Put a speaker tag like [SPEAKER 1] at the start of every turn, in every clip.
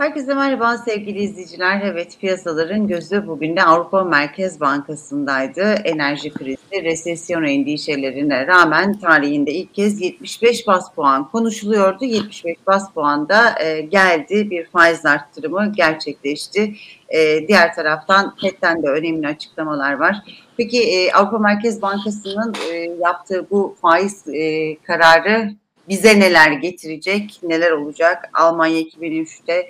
[SPEAKER 1] Herkese merhaba sevgili izleyiciler. Evet, piyasaların gözü bugün de Avrupa Merkez Bankası'ndaydı. Enerji krizi, resesyon endişelerine rağmen tarihinde ilk kez 75 bas puan konuşuluyordu. 75 bas puan da geldi. Bir faiz arttırımı gerçekleşti. Diğer taraftan FED'den de önemli açıklamalar var. Peki Avrupa Merkez Bankası'nın yaptığı bu faiz kararı bize neler getirecek, neler olacak? Almanya 2003'te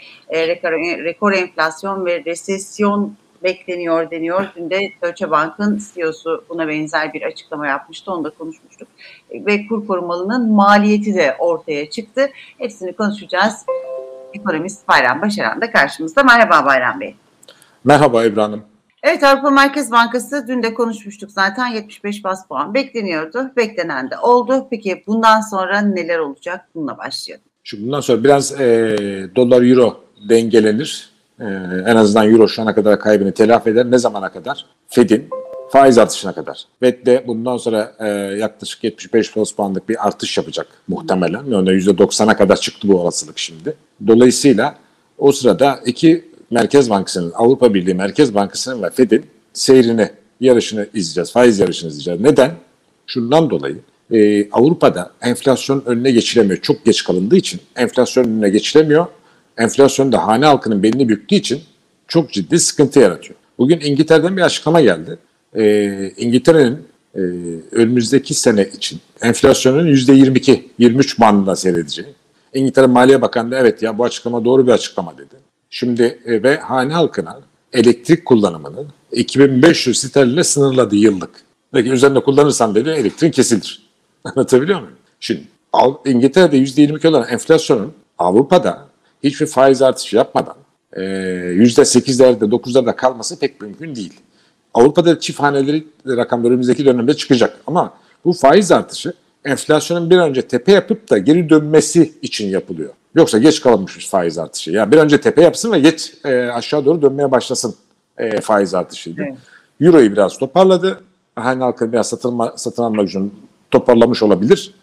[SPEAKER 1] rekor enflasyon ve resesyon bekleniyor deniyor. Dün de Deutsche Bank'ın CEO'su buna benzer bir açıklama yapmıştı. Onu da konuşmuştuk. Ve kur korumalının maliyeti de ortaya çıktı. Hepsini konuşacağız. Ekonomist Bayram Başaran da karşımızda. Merhaba Bayram Bey.
[SPEAKER 2] Merhaba Ebru Hanım.
[SPEAKER 1] Evet, Avrupa Merkez Bankası dün de konuşmuştuk zaten 75 bas puan bekleniyordu. Beklenen de oldu. Peki bundan sonra neler olacak? Bununla başlayalım.
[SPEAKER 2] Şimdi bundan sonra biraz dolar euro dengelenir. En azından euro şu ana kadar kaybını telafi eder. Ne zamana kadar? Fed'in faiz artışına kadar. Fed de bundan sonra yaklaşık 75 bas puanlık bir artış yapacak muhtemelen. Yani %90'a kadar çıktı bu olasılık şimdi. Dolayısıyla o sırada iki Merkez Bankası'nın, Avrupa Birliği Merkez Bankası'nın ve Fed'in seyrini, yarışını izleyeceğiz. Faiz yarışını izleyeceğiz. Neden? Şundan dolayı Avrupa'da enflasyon önüne geçilemiyor. Çok geç kalındığı için enflasyon önüne geçilemiyor. Enflasyon da hane halkının belini büktüğü için çok ciddi sıkıntı yaratıyor. Bugün İngiltere'den bir açıklama geldi. İngiltere'nin önümüzdeki sene için enflasyonun %22-23 bandında seyredeceği. İngiltere Maliye Bakanı da evet ya bu açıklama doğru bir açıklama dedi. Şimdi ve hane halkına elektrik kullanımını 2500 sterlinle sınırladı yıllık. Peki üzerinde kullanırsan dedi elektriğin kesilir. Anlatabiliyor muyum? Şimdi İngiltere'de %22 olan enflasyonun Avrupa'da hiçbir faiz artışı yapmadan %8'lerde 9'larda kalması pek mümkün değil. Avrupa'da çift haneli rakamlar önümüzdeki dönemde çıkacak ama bu faiz artışı enflasyonun bir önce tepe yapıp da geri dönmesi için yapılıyor. Yoksa geç kalınmış faiz artışı. Yani bir önce tepe yapsın ve geç aşağı doğru dönmeye başlasın faiz artışıydı. Evet. Euro'yu biraz toparladı. Hane halkı biraz satın alma gücünü toparlamış olabilir.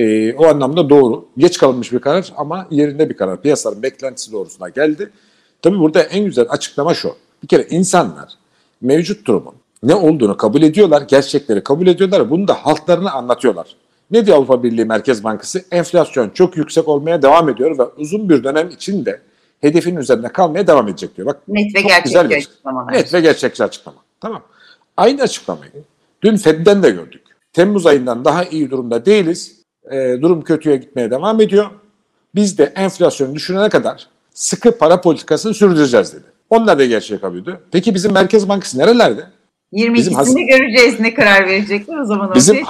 [SPEAKER 2] O anlamda doğru. Geç kalınmış bir karar ama yerinde bir karar. Piyasaların beklentisi doğrusuna geldi. Tabii burada en güzel açıklama şu. Bir kere insanlar mevcut durumun ne olduğunu kabul ediyorlar, gerçekleri kabul ediyorlar. Bunu da halklarına anlatıyorlar. Ne diyor Avrupa Birliği Merkez Bankası? Enflasyon çok yüksek olmaya devam ediyor ve uzun bir dönem içinde hedefin üzerinde kalmaya devam edecek diyor. Bak,
[SPEAKER 1] net ve gerçekçi açıklamalar.
[SPEAKER 2] Net ve gerçekçi açıklama. Tamam. Aynı açıklamayı dün Fed'den de gördük. Temmuz ayından daha iyi durumda değiliz. Durum kötüye gitmeye devam ediyor. Biz de enflasyonu düşürene kadar sıkı para politikasını sürdüreceğiz dedi. Onlar da gerçeği kabul ediyor. Peki bizim Merkez Bankası nerelerde?
[SPEAKER 1] 22'sinde göreceğiz ne karar verecekler o zaman.
[SPEAKER 2] Bizim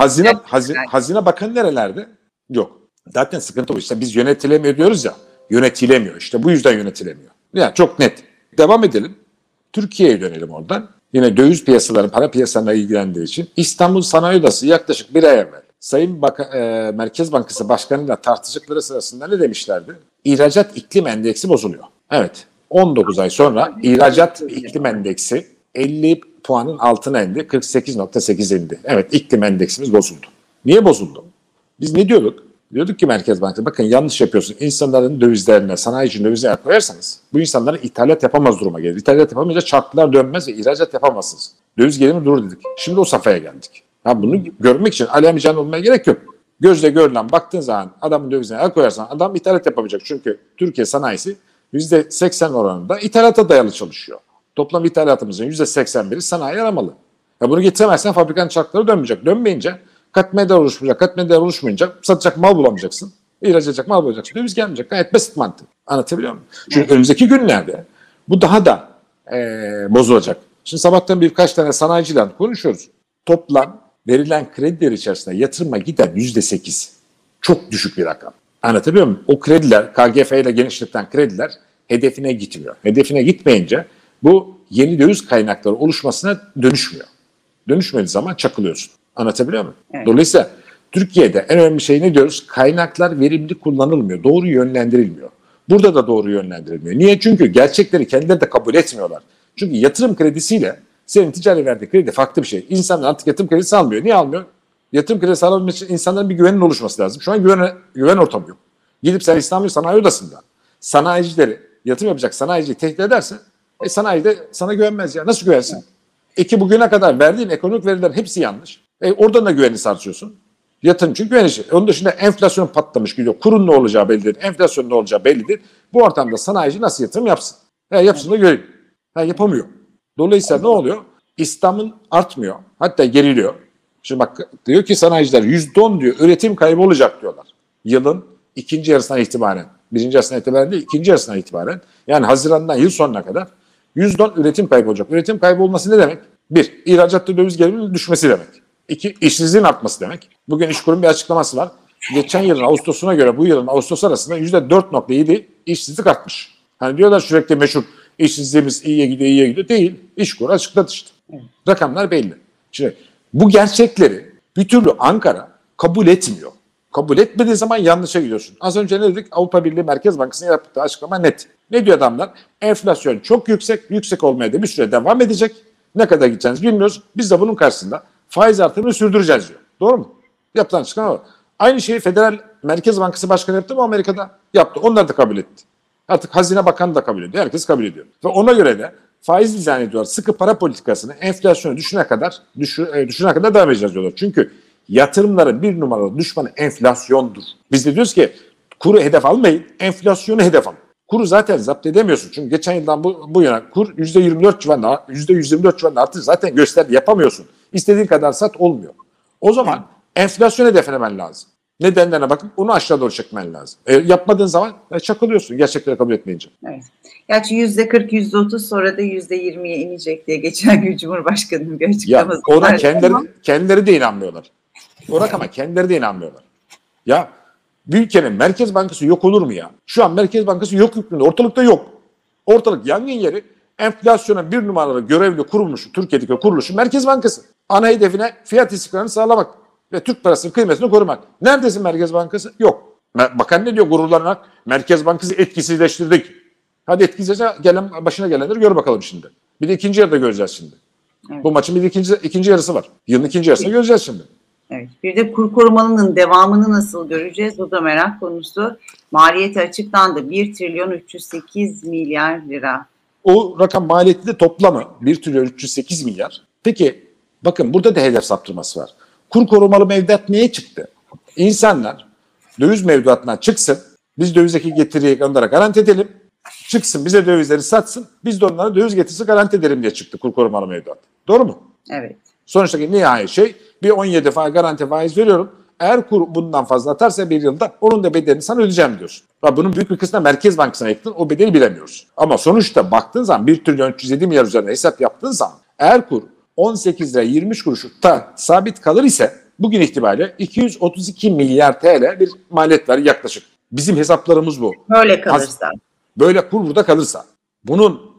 [SPEAKER 2] hazine bakanı nerelerde? Yok. Zaten sıkıntı bu. İşte biz yönetilemiyor diyoruz ya. Yönetilemiyor. İşte bu yüzden yönetilemiyor. Yani çok net. Devam edelim. Türkiye'ye dönelim oradan. Yine döviz piyasaları, para piyasalarına ilgilendiği için İstanbul Sanayi Odası yaklaşık bir ay evvel Sayın Merkez Bankası Başkanı'yla tartıştıkları sırasında ne demişlerdi? İhracat iklim endeksi bozuluyor. Evet. 19 ay sonra ihracat iklim endeksi 50 puanın altına indi. 48.8 indi. Evet, iklim endeksimiz bozuldu. Niye bozuldu? Biz ne diyorduk? Diyorduk ki Merkez Bankası bakın yanlış yapıyorsun. İnsanların dövizlerine, sanayicinin dövizlerine koyarsanız bu insanların ithalat yapamaz duruma gelir. İthalat yapamayınca çarklar dönmez ve ihracat yapamazsınız. Döviz gelimi durur dedik. Şimdi o safhaya geldik. Ha, bunu görmek için alemi can olmaya gerek yok. Gözle görülen baktığın zaman adamın dövizine el koyarsan adam ithalat yapamayacak. Çünkü Türkiye sanayisi %80 oranında ithalata dayalı çalışıyor. Toplam ithalatımızın %81'i sanayi yaramalı. Ya bunu getiremezsen fabrikanın çarkları dönmeyecek. Dönmeyince katma değer oluşmayacak. Katma değer oluşmayınca satacak mal bulamayacaksın. İhraç edecek mal bulacaksın. Döviz gelmeyecek. Gayet basit mantık. Anlatabiliyor muyum? Çünkü önümüzdeki günlerde bu daha da bozulacak. Şimdi sabahtan birkaç tane sanayiciyle konuşuyoruz. Toplam verilen krediler içerisinde yatırıma giden %8. Çok düşük bir rakam. Anlatabiliyor muyum? O krediler, KGF ile genişletilen krediler hedefine gitmiyor. Hedefine gitmeyince bu yeni döviz kaynakları oluşmasına dönüşmüyor. Dönüşmediği zaman çakılıyorsun. Anlatabiliyor muyum? Evet. Dolayısıyla Türkiye'de en önemli şey ne diyoruz? Kaynaklar verimli kullanılmıyor. Doğru yönlendirilmiyor. Burada da doğru yönlendirilmiyor. Niye? Çünkü gerçekleri kendileri de kabul etmiyorlar. Çünkü yatırım kredisiyle senin ticari verdiği kredi farklı bir şey. İnsanlar artık yatırım kredisi almıyor. Niye almıyor? Yatırım kredisi alabilmek için insanların bir güvenin oluşması lazım. Şu an güven ortamı yok. Gidip sen İstanbul Sanayi Odası'nda sanayicileri yatırım yapacak sanayiciyi tehdit ederse sanayi de sana güvenmez ya. Nasıl güvensin? Bugüne kadar verdiğin ekonomik verilerin hepsi yanlış. Oradan da güveni sarsıyorsun. Yatırımcı güvenici. Onun dışında enflasyon patlamış gidiyor. Kurun ne olacağı bellidir. Enflasyonun ne olacağı bellidir. Bu ortamda sanayici nasıl yatırım yapsın? Yapsın da göreyim. Yapamıyor. Dolayısıyla ne oluyor? İstihdamın artmıyor. Hatta geriliyor. Şimdi bak diyor ki sanayiciler %10 diyor üretim kaybı olacak diyorlar. Yılın ikinci yarısından itibaren. Birinci yarısından itibaren değil, ikinci yarısından itibaren. Yani Haziran'dan yıl sonuna kadar %10 üretim kaybı olacak. Üretim kaybı olması ne demek? Bir, ihracatta döviz geliriminin düşmesi demek. İki, işsizliğin artması demek. Bugün İşkur'un bir açıklaması var. Geçen yılın Ağustos'una göre bu yılın Ağustos arasında %4,7 işsizlik artmış. Hani diyorlar sürekli meşhur işsizliğimiz iyiye gidiyor. Değil. İşkur açıkladı işte. Rakamlar belli. Şimdi bu gerçekleri bir türlü Ankara kabul etmiyor. Kabul etmediği zaman yanlışa gidiyorsun. Az önce ne dedik? Avrupa Birliği Merkez Bankası'nın yaptığı açıklama net. Ne diyor adamlar? Enflasyon çok yüksek olmaya da bir süre devam edecek. Ne kadar gideceğinizi bilmiyoruz. Biz de bunun karşısında faiz artırımını sürdüreceğiz diyor. Doğru mu? Yapılan açıklama var. Aynı şeyi Federal Merkez Bankası Başkanı yaptı mı Amerika'da? Yaptı. Onlar da kabul etti. Artık Hazine Bakanı da kabul ediyor. Herkes kabul ediyor. Ve ona göre de faiz dizayn ediyorlar. Sıkı para politikasını enflasyonu düşüne kadar devam edeceğiz diyorlar. Çünkü yatırımların bir numaralı düşmanı enflasyondur. Biz de diyoruz ki kuru hedef almayın, enflasyonu hedef alın. Kuru zaten zapt edemiyorsun. Çünkü geçen yıldan bu yana kur %24 civarında, %124 civarında artış zaten yapamıyorsun. İstediğin kadar sat olmuyor. O zaman enflasyon hedeflemen lazım. Nedenlerine bakıp onu aşağı doğru çekmen lazım. Yapmadığın zaman çakılıyorsun gerçekleri kabul etmeyince.
[SPEAKER 1] Evet. Gerçi %40, %30 sonra da %20'ye inecek diye geçen gün Cumhurbaşkanı'nın bir açıklaması
[SPEAKER 2] var. Ona kendileri de inanmıyorlar. O rakama kendileri de inanmıyorlar. Ya bir ülkenin Merkez Bankası yok olur mu ya? Şu an Merkez Bankası yok hükmünde. Ortalıkta yok. Ortalık yangın yeri. Enflasyona bir numaralı görevli kurulmuşu, Türkiye'deki kuruluşu Merkez Bankası. Ana hedefine fiyat istikrarını sağlamak ve Türk parasının kıymetini korumak. Neredesin Merkez Bankası? Yok. Bakan ne diyor gururlanarak? Merkez Bankası etkisizleştirdik. Hadi başına gelenleri gör bakalım şimdi. Bir de ikinci yarıda göreceğiz şimdi. Evet. Bu maçın bir de ikinci yarısı var. Yılın ikinci yarısını göreceğiz şimdi.
[SPEAKER 1] Evet. Bir de kur korumalının devamını nasıl göreceğiz? O da merak konusu. Maliyeti açıklandı. 1 trilyon 308 milyar lira.
[SPEAKER 2] O rakam maliyeti de toplamı 1 trilyon 308 milyar. Peki bakın burada da hedef saptırması var. Kur korumalı mevduat neye çıktı? İnsanlar döviz mevduatından çıksın. Biz dövizdeki getiriyi onlara garanti edelim. Çıksın bize dövizleri satsın. Biz de onlara döviz getirisi garanti edelim diye çıktı kur korumalı mevduat. Doğru mu?
[SPEAKER 1] Evet.
[SPEAKER 2] Sonuçtaki nihai şey bir 17 garanti faiz veriyorum. Eğer kur bundan fazla atarsa bir yılda onun da bedelini sana ödeyeceğim diyorsun. Bunun büyük bir kısmı Merkez Bankası'na yakın o bedeli bilemiyoruz. Ama sonuçta baktığın zaman 1 trilyon 307 milyar üzerine hesap yaptığın zaman eğer kur 18 lira 23 kuruşta sabit kalır ise bugün itibariyle 232 milyar TL bir maliyet var yaklaşık. Bizim hesaplarımız bu.
[SPEAKER 1] Böyle kalırsa.
[SPEAKER 2] Böyle kur burada kalırsa. Bunun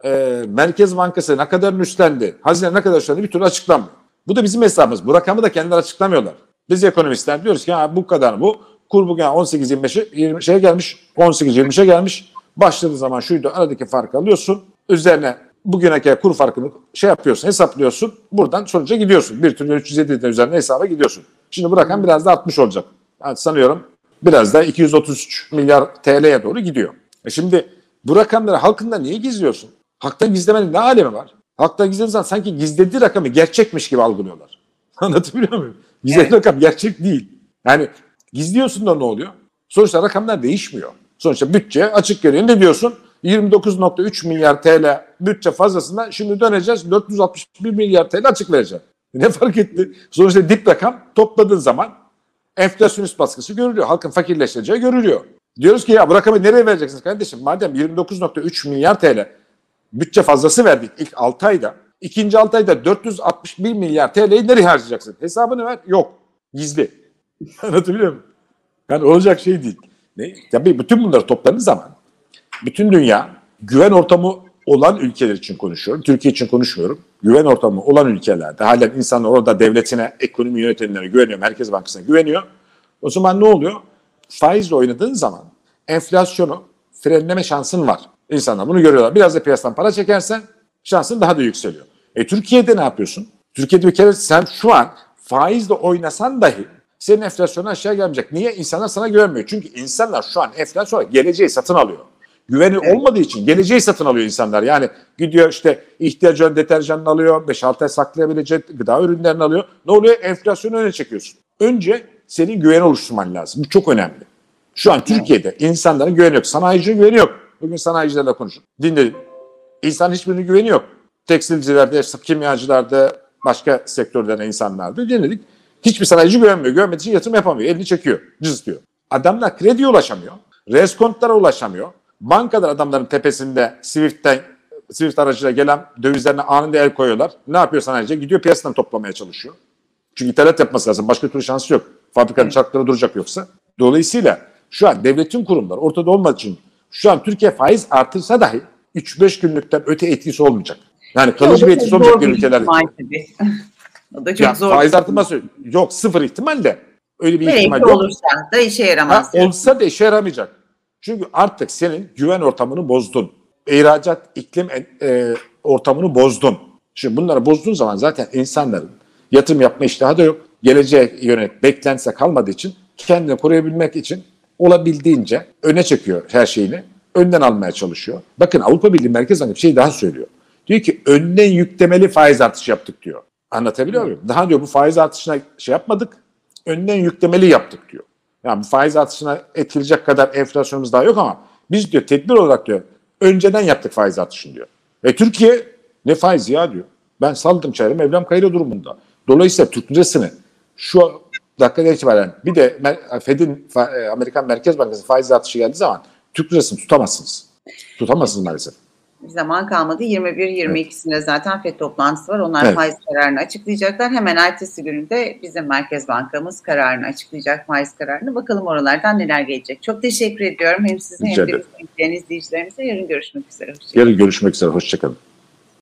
[SPEAKER 2] Merkez Bankası ne kadar üstlendi, hazine ne kadar üstlendi bir türlü açıklanmıyor. Bu da bizim hesabımız. Bu rakamı da kendileri açıklamıyorlar. Biz ekonomistler diyoruz ki bu kadar bu. Kur bugün 18-25'e gelmiş, 18-23'e gelmiş. Başladığı zaman şuydu aradaki farkı alıyorsun. Üzerine bugüne kur farkını yapıyorsun, hesaplıyorsun. Buradan sonuca gidiyorsun. 1 trilyon 307'den üzerine hesaba gidiyorsun. Şimdi bu rakam biraz da artmış olacak. Yani sanıyorum biraz da 233 milyar TL'ye doğru gidiyor. Şimdi bu rakamları halkından niye gizliyorsun? Halktan gizlemenin ne alemi var? Halktan gizlediğin zaman sanki gizlediği rakamı gerçekmiş gibi algılıyorlar. Anlatabiliyor muyum? Gizlediği rakam gerçek değil. Yani gizliyorsun da ne oluyor? Sonuçta rakamlar değişmiyor. Sonuçta bütçe açık görüyor. Ne diyorsun? 29,3 milyar TL bütçe fazlasından şimdi döneceğiz 461 milyar TL açık vereceğim. Ne fark etti? Sonuçta dip rakam topladığın zaman enflasyonist baskısı görülüyor. Halkın fakirleşeceği görülüyor. Diyoruz ki ya bu rakamı nereye vereceksiniz kardeşim? Madem 29,3 milyar TL bütçe fazlası verdik ilk 6 ayda. İkinci 6 ayda 461 milyar TL'yi nereye harcayacaksın? Hesabını ver. Yok. Gizli. Anlatabiliyor muyum? Yani olacak şey değil. Tabii bütün bunları topladığınız zaman bütün dünya güven ortamı olan ülkeler için konuşuyorum. Türkiye için konuşmuyorum. Güven ortamı olan ülkelerde halen insanlar orada devletine, ekonomi yönetimlerine güveniyor, Merkez Bankası'na güveniyor. O zaman ne oluyor? Faizle oynadığın zaman enflasyonu frenleme şansın var. İnsanlar bunu görüyorlar. Biraz da piyasadan para çekersen şansın daha da yükseliyor. Türkiye'de ne yapıyorsun? Türkiye'de bir kere sen şu an faizle oynasan dahi senin enflasyonun aşağı gelmeyecek. Niye? İnsanlar sana güvenmiyor. Çünkü insanlar şu an enflasyona geleceği satın alıyor. Güveni olmadığı için geleceği satın alıyor insanlar. Yani gidiyor işte ihtiyacı olan deterjanını alıyor, 5-6 ay saklayabilecek gıda ürünlerini alıyor. Ne oluyor? Enflasyonu öne çekiyorsun. Önce senin güveni oluşturman lazım. Bu çok önemli. Şu an Türkiye'de insanların güveni yok. Sanayicinin güveni yok. Bugün sanayicilerle konuşun. Dinledim. İnsan hiçbirinin güveni yok. Tekstilcilerde, kimyacılarda, başka sektörlerde insanlarda dinledik. Hiçbir sanayici güvenmiyor. Güvenmediği için yatırım yapamıyor. Elini çekiyor. Cız diyor. Adamlar krediye ulaşamıyor. Reskontlara ulaşamıyor. Bankalar adamların tepesinde Swift aracıyla gelen dövizlerine anında el koyuyorlar. Ne yapıyor sanayici? Gidiyor piyasadan toplamaya çalışıyor. Çünkü ithalat yapması lazım. Başka türlü şansı yok. Fabrikanın çarkları duracak yoksa. Dolayısıyla şu an devletin kurumları ortada olmadığı için şu an Türkiye faiz artırsa dahi 3-5 günlükten öte etkisi olmayacak. Yani kalıcı bir etkisi olmayacak ülkeler.
[SPEAKER 1] O da çok zor.
[SPEAKER 2] Faiz artırması yok, sıfır ihtimal de. Öyle bir ihtimal yok.
[SPEAKER 1] Olursa da işe yaramaz.
[SPEAKER 2] Olsa da işe yaramayacak. Çünkü artık senin güven ortamını bozdun. İhracat iklim ortamını bozdun. Şimdi bunları bozduğun zaman zaten insanların yatırım yapma iştahı da yok. Geleceğe yönelik beklentisi kalmadığı için kendini koruyabilmek için olabildiğince öne çekiyor her şeyini. Önden almaya çalışıyor. Bakın Avrupa Birliği Merkez Bankası bir şey daha söylüyor. Diyor ki önden yüklemeli faiz artışı yaptık diyor. Anlatabiliyor muyum? Daha diyor bu faiz artışına şey yapmadık. Önden yüklemeli yaptık diyor. Yani bu faiz artışına etkileyecek kadar enflasyonumuz daha yok ama biz diyor tedbir olarak diyor önceden yaptık faiz artışını diyor. Türkiye ne faiz ya diyor. Ben saldım çayırım evlam kayırı durumunda. Dolayısıyla Türk lirasını şu dakikadan itibaren bir de Fed'in Amerikan Merkez Bankası faiz artışı geldiği zaman Türk lirasını tutamazsınız. Tutamazsınız maalesef.
[SPEAKER 1] Bir zaman kalmadı. 21-22'sinde zaten FED toplantısı var. Onlar faiz kararını açıklayacaklar. Hemen ertesi gününde bizim Merkez Bankamız kararını açıklayacak, faiz kararını. Bakalım oralardan neler gelecek. Çok teşekkür ediyorum. Hem size hem de izleyicilerimize. Yarın görüşmek üzere.
[SPEAKER 2] Yarın görüşmek üzere. Hoşçakalın.